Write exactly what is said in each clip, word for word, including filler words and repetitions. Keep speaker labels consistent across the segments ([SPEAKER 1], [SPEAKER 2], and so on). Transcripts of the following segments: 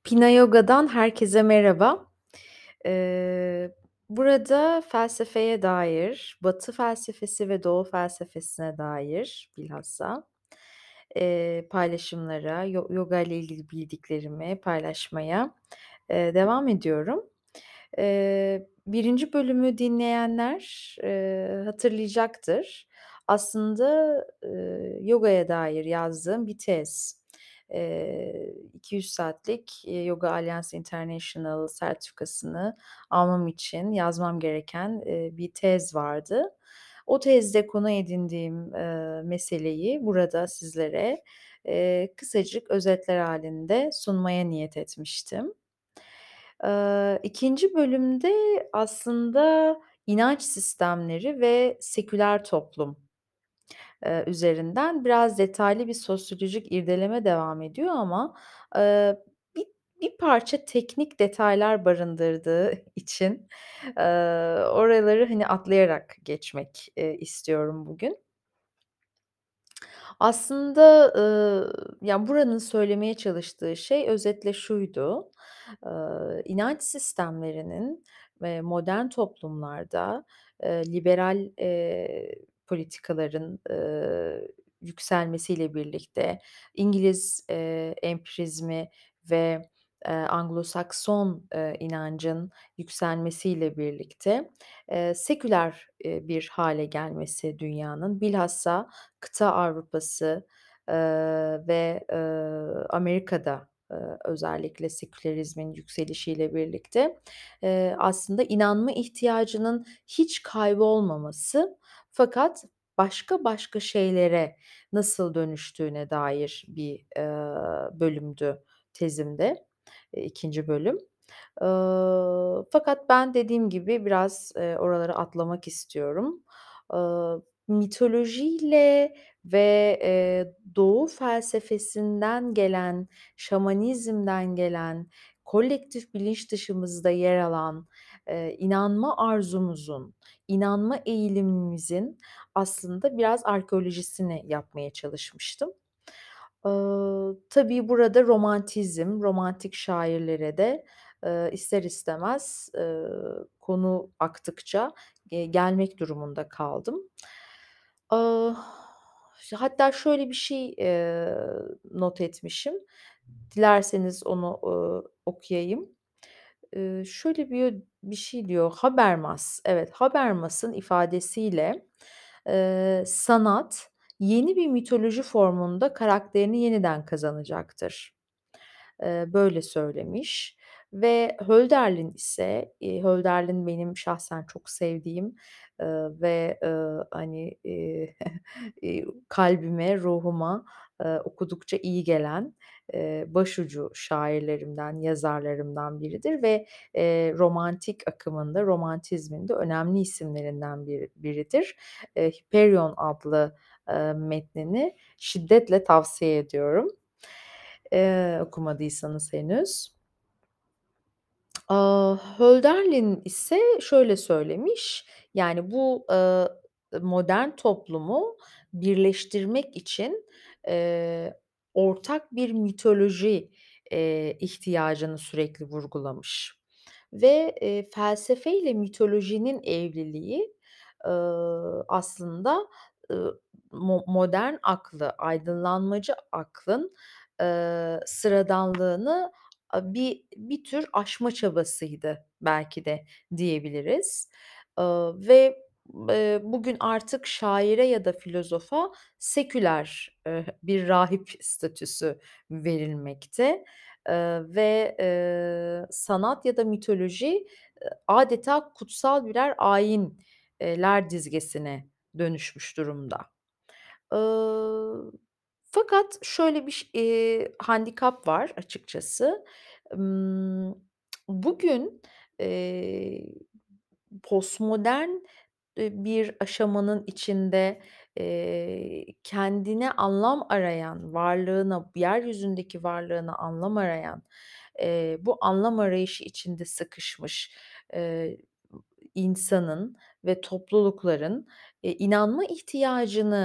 [SPEAKER 1] Pina Yoga'dan herkese merhaba. Eee, burada felsefeye dair, Batı felsefesi ve Doğu felsefesine dair bilhassa, eee, paylaşımlara, yo yoga ile ilgili bildiklerimi paylaşmaya, eee, devam ediyorum. Eee, birinci bölümü dinleyenler, eee, hatırlayacaktır. Aslında, eee, yogaya dair yazdığım bir tez. Eee, iki yüz saatlik, eee, Yoga Alliance International sertifikasını almam için yazmam gereken, eee, bir tez vardı. O tezde konu edindiğim, eee, meseleyi burada sizlere, eee, kısacık özetler hâlinde sunmaya niyet etmiştim. Eee, ikinci bölümde aslında inanç sistemleri ve seküler toplum, eee, üzerinden biraz detaylı bir sosyolojik irdeleme devam ediyor ama, eee, bir bir parça teknik detaylar barındırdığı için, eee, oraları, hani, atlayarak geçmek, eee, istiyorum bugün. Aslında, ııı, ya, buranın söylemeye çalıştığı şey özetle şuydu: Eee, inanç sistemlerinin ve modern toplumlarda, eee, liberal, eee, politikaların, eee, yükselmesiyle birlikte İngiliz, eee, empirizmi ve, eee, Anglo-Sakson, eee, inancın yükselmesiyle birlikte, eee, seküler, eee, bir hâle gelmesi dünyanın, bilhassa kıta Avrupa'sı, eee, ve, eee, Amerika'da, eee, özellikle sekülerizmin yükselişiyle birlikte, eee, aslında inanma ihtiyacının hiç kaybolmaması fakat başka başka şeylere nasıl dönüştüğüne dair bir, eee, bölümdü tezimde, eee, ikinci bölüm. Iıı, fakat ben dediğim gibi biraz, eee, oraları atlamak istiyorum. Iıı, mitolojiyle ve, eee, Doğu felsefesinden gelen, şamanizmden gelen, kolektif bilinç dışımızda yer alan, eee, inanma arzumuzun, inanma eğilimimizin aslında biraz arkeolojisini yapmaya çalışmıştım. Iıı, tabii burada romantizm, romantik şairlere de, eee, ister istemez, ııı, konu aktıkça, eee, gelmek durumunda kaldım. Ah, ş hatta şöyle bir şey, eee, not etmişim. Dilerseniz onu, ııı, okuyayım. Eee, şöyle bir bir şey diyor, Habermas, evet, Habermas'ın ifadesiyle, eee, sanat yeni bir mitoloji formunda karakterini yeniden kazanacaktır. Eee, böyle söylemiş ve Hölderlin ise, eee, Hölderlin benim şahsen çok sevdiğim, eee, ve, ııı, hani, eee, eee, kalbime, ruhuma, eee, okudukça iyi gelen, eee, başucu şairlerimden, yazarlarımdan biridir ve, eee, romantik akımında, romantizmin de önemli isimlerinden biri biridir. Eee, Hyperion adlı, eee, metnini şiddetle tavsiye ediyorum, eee, okumadıysanız henüz. Aaa, Hölderlin ise şöyle söylemiş, yani, bu, ııı, modern toplumu birleştirmek için, eee, ortak bir mitoloji, eee, ihtiyacını sürekli vurgulamış ve, eee, felsefeyle mitolojinin evliliği, ııı, aslında, ııı, mo modern aklı, aydınlanmacı aklın, ııı, sıradanlığını, a bir bir tür aşma çabasıydı belki de diyebiliriz. Iıı, ve, eee, bugün artık şaire ya da filozofa seküler, eee, bir rahip statüsü verilmekte, eee, ve, eee, sanat ya da mitoloji, ııı, adeta kutsal birer ayin eee, ler dizgesine dönüşmüş durumda. Iıı, fakat şöyle bir ş eee, handikap var açıkçası. Imm, bugün, eee, postmodern, eee, bir aşamanın içinde, eee, kendine anlam arayan, varlığına, yeryüzündeki varlığına anlam arayan, eee, bu anlam arayışı içinde sıkışmış, eee, insanın ve toplulukların, eee, inanma ihtiyacını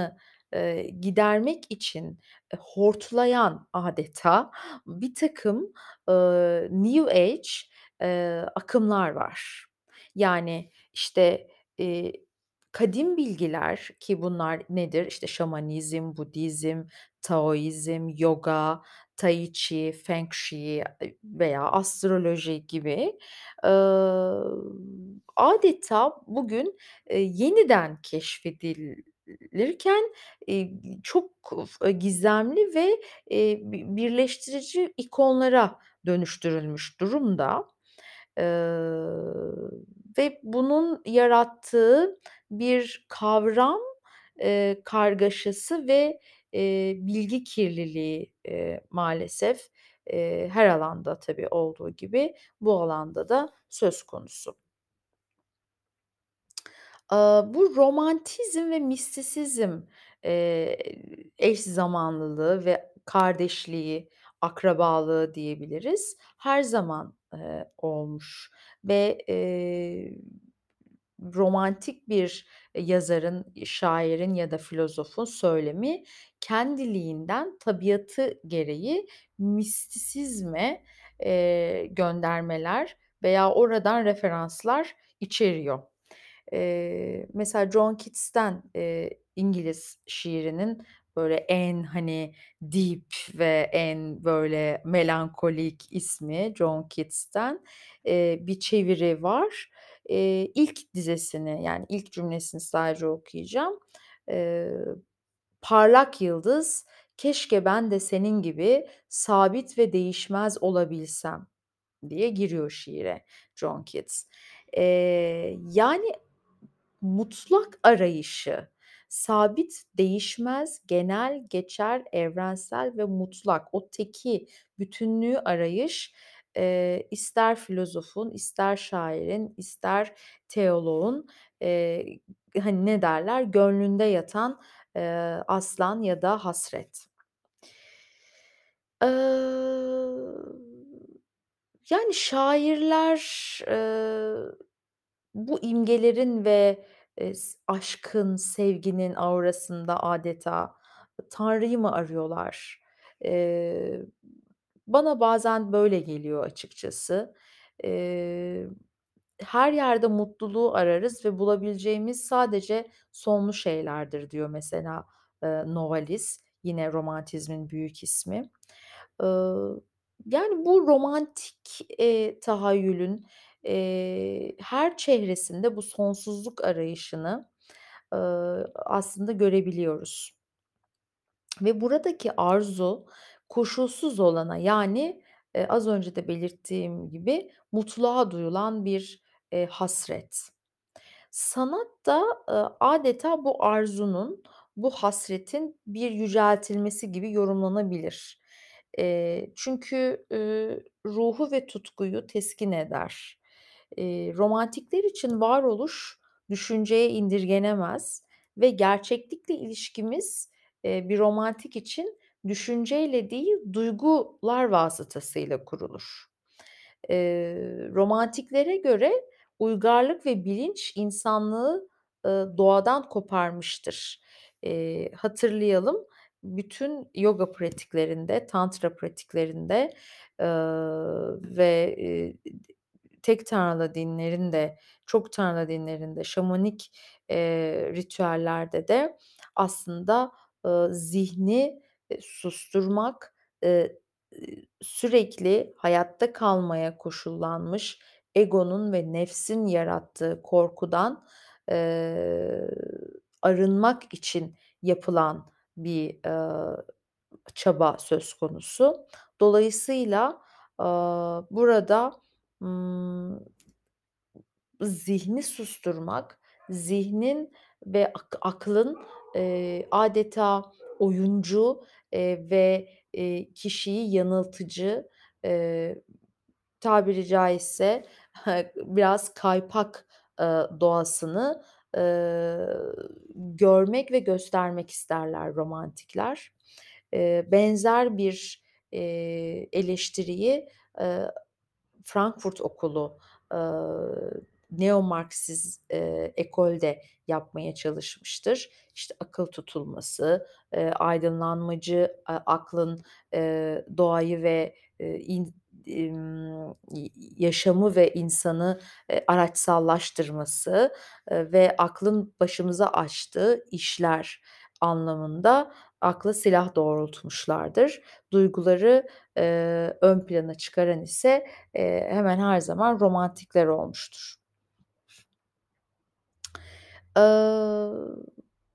[SPEAKER 1] eee, gidermek için, eee, hortlayan adeta birtakım, ııı, New Age, eee, akımlar var. Yani, işte, eee, kadim bilgiler ki bunlar nedir? İşte, şamanizm, Budizm, Taoizm, yoga, Tai Chi, Feng Shui, eee, veya astroloji gibi, ııı, adeta bugün, eee, yeniden keşfedilirken, eee, çok f gizemli ve, eee, bi birleştirici ikonlara dönüştürülmüş durumda. Iıı, ve bunun yarattığı bir kavram, eee, kargaşası ve, eee, bilgi kirliliği, eee, maalesef, eee, her alanda tabii olduğu gibi bu alanda da söz konusu. Aaa, bu romantizm ve mistisizm, eee, eş zamanlılığı ve kardeşliği, akrabalığı diyebiliriz, her zaman, eee, olmuş ve, eee, romantik bir yazarın, şairin ya da filozofun söylemi kendiliğinden tabiatı gereği mistisizme, eee, göndermeler veya oradan referanslar içeriyor. Eee, mesela John Keats'ten, eee, İngiliz şiirinin böyle en, hani, deep ve en böyle melankolik ismi John Keats'ten, eee, bir çeviri var. Eee, ilk dizesini, yani ilk cümlesini sadece okuyacağım. Eee, "Parlak yıldız, keşke ben de senin gibi sabit ve değişmez olabilsem." diye giriyor şiire John Keats. Eee, yani mutlak arayışı, sabit, değişmez, genel, geçer, evrensel ve mutlak, o teki, bütünlüğü arayış, eee, ister filozofun, ister şairin, ister teoloğun, eee, hani, ne derler, gönlünde yatan, eee, aslan ya da hasret. Iıı, yani şairler, eee, bu imgelerin ve, eee, s aşkın, sevginin aurasında adeta Tanrı'yı mı arıyorlar? Eee, bana bazen böyle geliyor açıkçası. Eee, her yerde mutluluğu ararız ve bulabileceğimiz sadece sonlu şeylerdir diyor mesela, eee, Novalis, yine romantizmin büyük ismi. Iıı, yani bu romantik, eee, tahayyülün, eee, her çehresinde bu sonsuzluk arayışını, ııı, aslında görebiliyoruz. Ve buradaki arzu koşulsuz olana, yani, eee, az önce de belirttiğim gibi mutluluğa duyulan bir, eee, hasret. Sanat da, ııı, adeta bu arzunun, bu hasretin bir yüceltilmesi gibi yorumlanabilir. Eee, çünkü, ııı, ruhu ve tutkuyu teskin eder. Eee, romantikler için varoluş düşünceye indirgenemez ve gerçeklikle ilişkimiz, eee, bir romantik için düşünceyle değil, duygular vasıtasıyla kurulur. Eee, romantiklere göre uygarlık ve bilinç insanlığı, ııı, doğadan koparmıştır. Eee, hatırlayalım, bütün yoga pratiklerinde, tantra pratiklerinde, ııı, ve, eee, tek tanrılı dinlerin de, çok tanrılı dinlerin de, şamanik, eee, ritüellerde de aslında, ııı, zihni, eee, susturmak, eee, ııı, sürekli hayatta kalmaya koşullanmış egonun ve nefsin yarattığı korkudan, eee, arınmak için yapılan bir, aaa, çaba söz konusu. Dolayısıyla, aaa, burada, ımm zihni susturmak, zihnin ve ak aklın, eee, adeta oyuncu, eee, ve, eee, kişiyi yanıltıcı, eee, tabiri caizse biraz kaypak, ııı, doğasını, ııı, görmek ve göstermek isterler romantikler. Eee, benzer bir, eee, eleştiriyi, eee, Frankfurt Okulu, ııı neo-Marksiz, eee, ekolde yapmaya çalışmıştır. İşte, akıl tutulması, eee, aydınlanmacı a aklın, eee, doğayı ve, eee, in imm, y yaşamı ve insanı, eee, araçsallaştırması, eee, ve aklın başımıza açtığı işler anlamında akla silah doğrultmuşlardır. Duyguları, eee, ön plana çıkaran ise, eee, hemen her zaman romantikler olmuştur. Iıı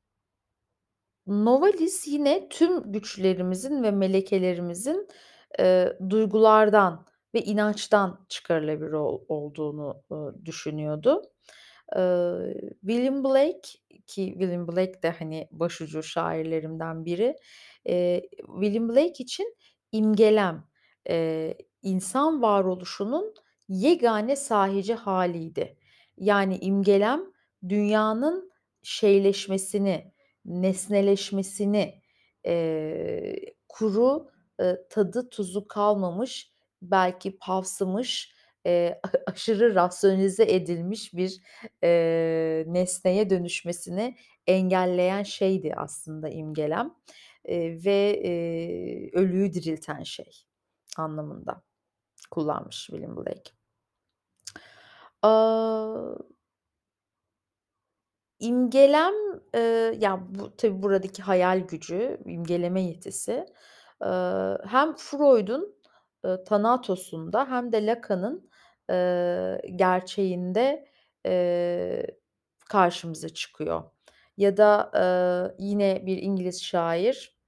[SPEAKER 1] Novalis yine tüm güçlerimizin ve melekelerimizin, eee, duygulardan ve inançtan çıkarılabilir ol olduğunu, ııı, düşünüyordu. Eee, William Blake ki William Blake de, hani, başucu şairlerimden biri. Eee, William Blake için imgelem, eee, insan varoluşunun yegane sahici hâliydi. Yani imgelem dünyanın şeyleşmesini, nesneleşmesini, eee, kuru, ııı, tadı tuzu kalmamış, belki pavsımış, eee, aşırı rasyonize edilmiş bir, eee, nesneye dönüşmesini engelleyen şeydi aslında imgelem, eee, ve, eee, ölüyü dirilten şey anlamında kullanmış William Blake. Aaa İmgelem, eee, ya, bu tabii buradaki hayal gücü, imgeleme yetisi, eee, hem Freud'un, ııı, Thanatos'unda hem de Lacan'ın, eee, gerçeğinde, eee, karşımıza çıkıyor. Ya da, eee, yine bir İngiliz şair,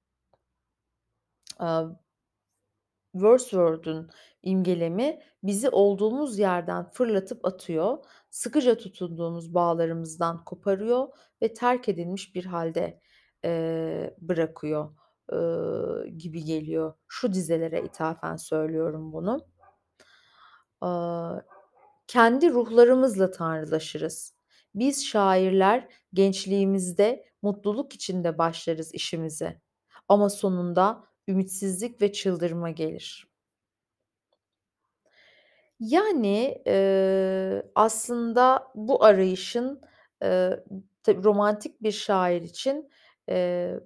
[SPEAKER 1] aaa, Wordsworth'un imgelemi bizi olduğumuz yerden fırlatıp atıyor, sıkıca tutunduğumuz bağlarımızdan koparıyor ve terk edilmiş bir hâlde, eee, bırakıyor, ııı, gibi geliyor. Şu dizelere ithafen söylüyorum bunu. Aaa, kendi ruhlarımızla tanrılaşırız. Biz şairler gençliğimizde mutluluk içinde başlarız işimize ama sonunda ümitsizlik ve çıldırma gelir. Yani, eee, aslında bu arayışın, eee, tabii romantik bir şair için, eee,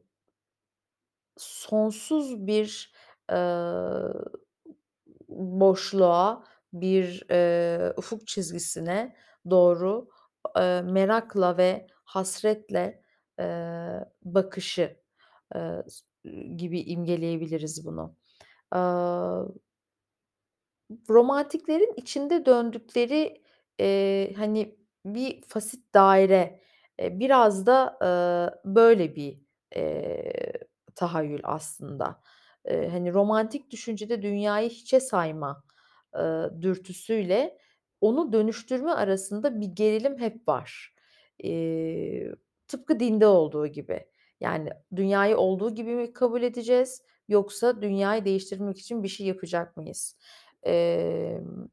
[SPEAKER 1] sonsuz bir, eee, boşluğa, bir, eee, ufuk çizgisine doğru, eee, merakla ve hasretle, eee, bakışı, eee, s gibi imgeleyebiliriz bunu. Aaa Romantiklerin içinde döndükleri, eee, hani, bir fasit daire, eee, biraz da, eee, böyle bir, eee, tahayyül aslında. Eee, hani, romantik düşüncede dünyayı hiçe sayma, ııı, dürtüsüyle onu dönüştürme arasında bir gerilim hep var. Eee, tıpkı dinde olduğu gibi. Yani, dünyayı olduğu gibi mi kabul edeceğiz yoksa dünyayı değiştirmek için bir şey yapacak mıyız? Emm,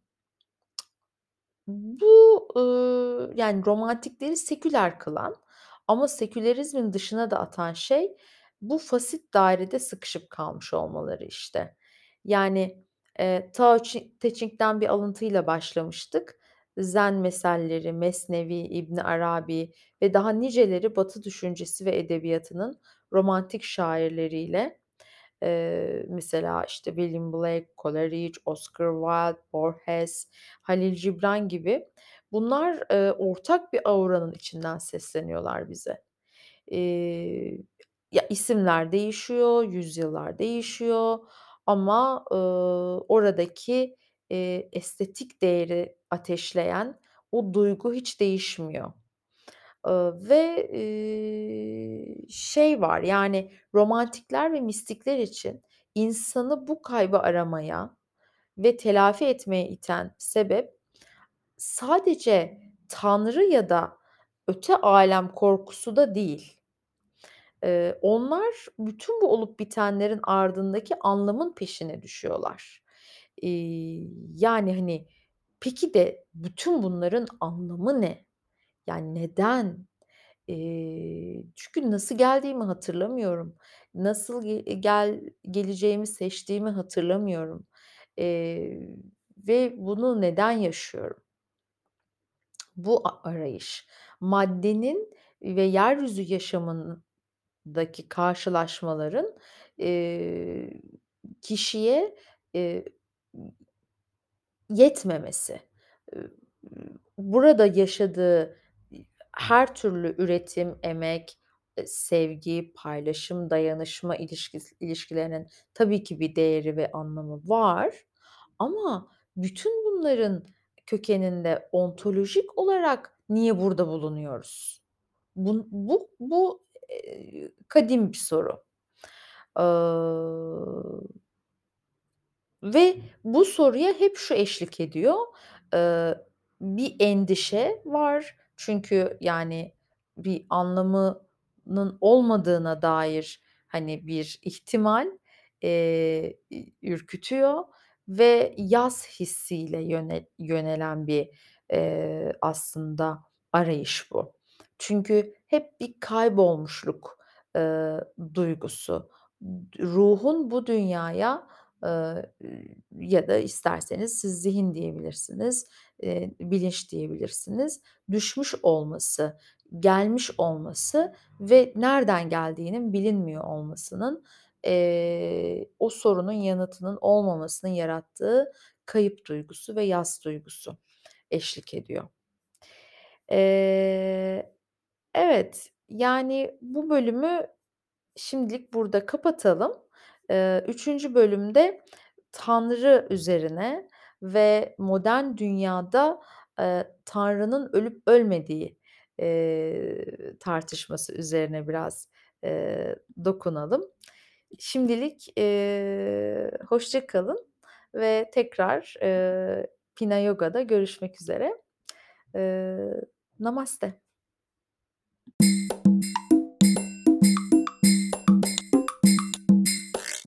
[SPEAKER 1] bu, ııı, yani, romantikleri seküler kılan ama sekülerizmin dışına da atan şey bu fasit dairede sıkışıp kalmış olmaları işte. Yani, eee, Tao Çi Te Ching'den bir alıntıyla başlamıştık. Zen meselleri, Mesnevi, İbn Arabi ve daha niceleri Batı düşüncesi ve edebiyatının romantik şairleriyle, Eee, mesela, işte, William Blake, Coleridge, Oscar Wilde, Borges, Halil Cibran gibi bunlar, eee, ortak bir auranın içinden sesleniyorlar bize. Eee, ya, isimler değişiyor, yüzyıllar değişiyor ama, ııı, oradaki, eee, estetik değeri ateşleyen o duygu hiç değişmiyor. Iıı, ve, eee, şey var, yani, romantikler ve mistikler için insanı bu kaybı aramaya ve telafi etmeye iten sebep sadece tanrı ya da öte alem korkusu da değil. Eee, onlar bütün bu olup bitenlerin ardındaki anlamın peşine düşüyorlar. İii, yani, hani, peki de bütün bunların anlamı ne? Yani, neden? Eee, çünkü nasıl geldiğimi hatırlamıyorum. Nasıl ge gel geleceğimi seçtiğimi hatırlamıyorum. Eee, ve bunu neden yaşıyorum? Bu a arayış, maddenin ve yeryüzü yaşamındaki karşılaşmaların, eee, kişiye, eee, yetmemesi. Iıı, burada yaşadığı her türlü üretim, emek, eee, sevgi, paylaşım, dayanışma ilişkis ilişkilerinin tabii ki bir değeri ve anlamı var ama bütün bunların kökeninde ontolojik olarak niye burada bulunuyoruz? Bun bu bu, eee, kadim bir soru. Aaa ve bu soruya hep şu eşlik ediyor: Eee, bir endişe var. Çünkü, yani, bir anlamının olmadığına dair, hani, bir ihtimal, eee, i ürkütüyor ve yas hissiyle yöne yönelen bir, eee, aslında arayış bu. Çünkü hep bir kaybolmuşluk, eee, duygusu. D ruhun bu dünyaya, eee, ya da isterseniz siz zihin diyebilirsiniz, eee, bilinç diyebilirsiniz, düşmüş olması, gelmiş olması ve nereden geldiğinin bilinmiyor olmasının, eee, o sorunun yanıtının olmamasının yarattığı kayıp duygusu ve yas duygusu eşlik ediyor. Eee, evet, yani, bu bölümü şimdilik burada kapatalım. Eee, üçüncü bölümde Tanrı üzerine ve modern dünyada, eee, Tanrı'nın ölüp ölmediği, eee, tartışması üzerine biraz, eee, dokunalım. Şimdilik, eee, hoşça kalın ve tekrar, eee, Pina Yoga'da görüşmek üzere. Eee, namaste.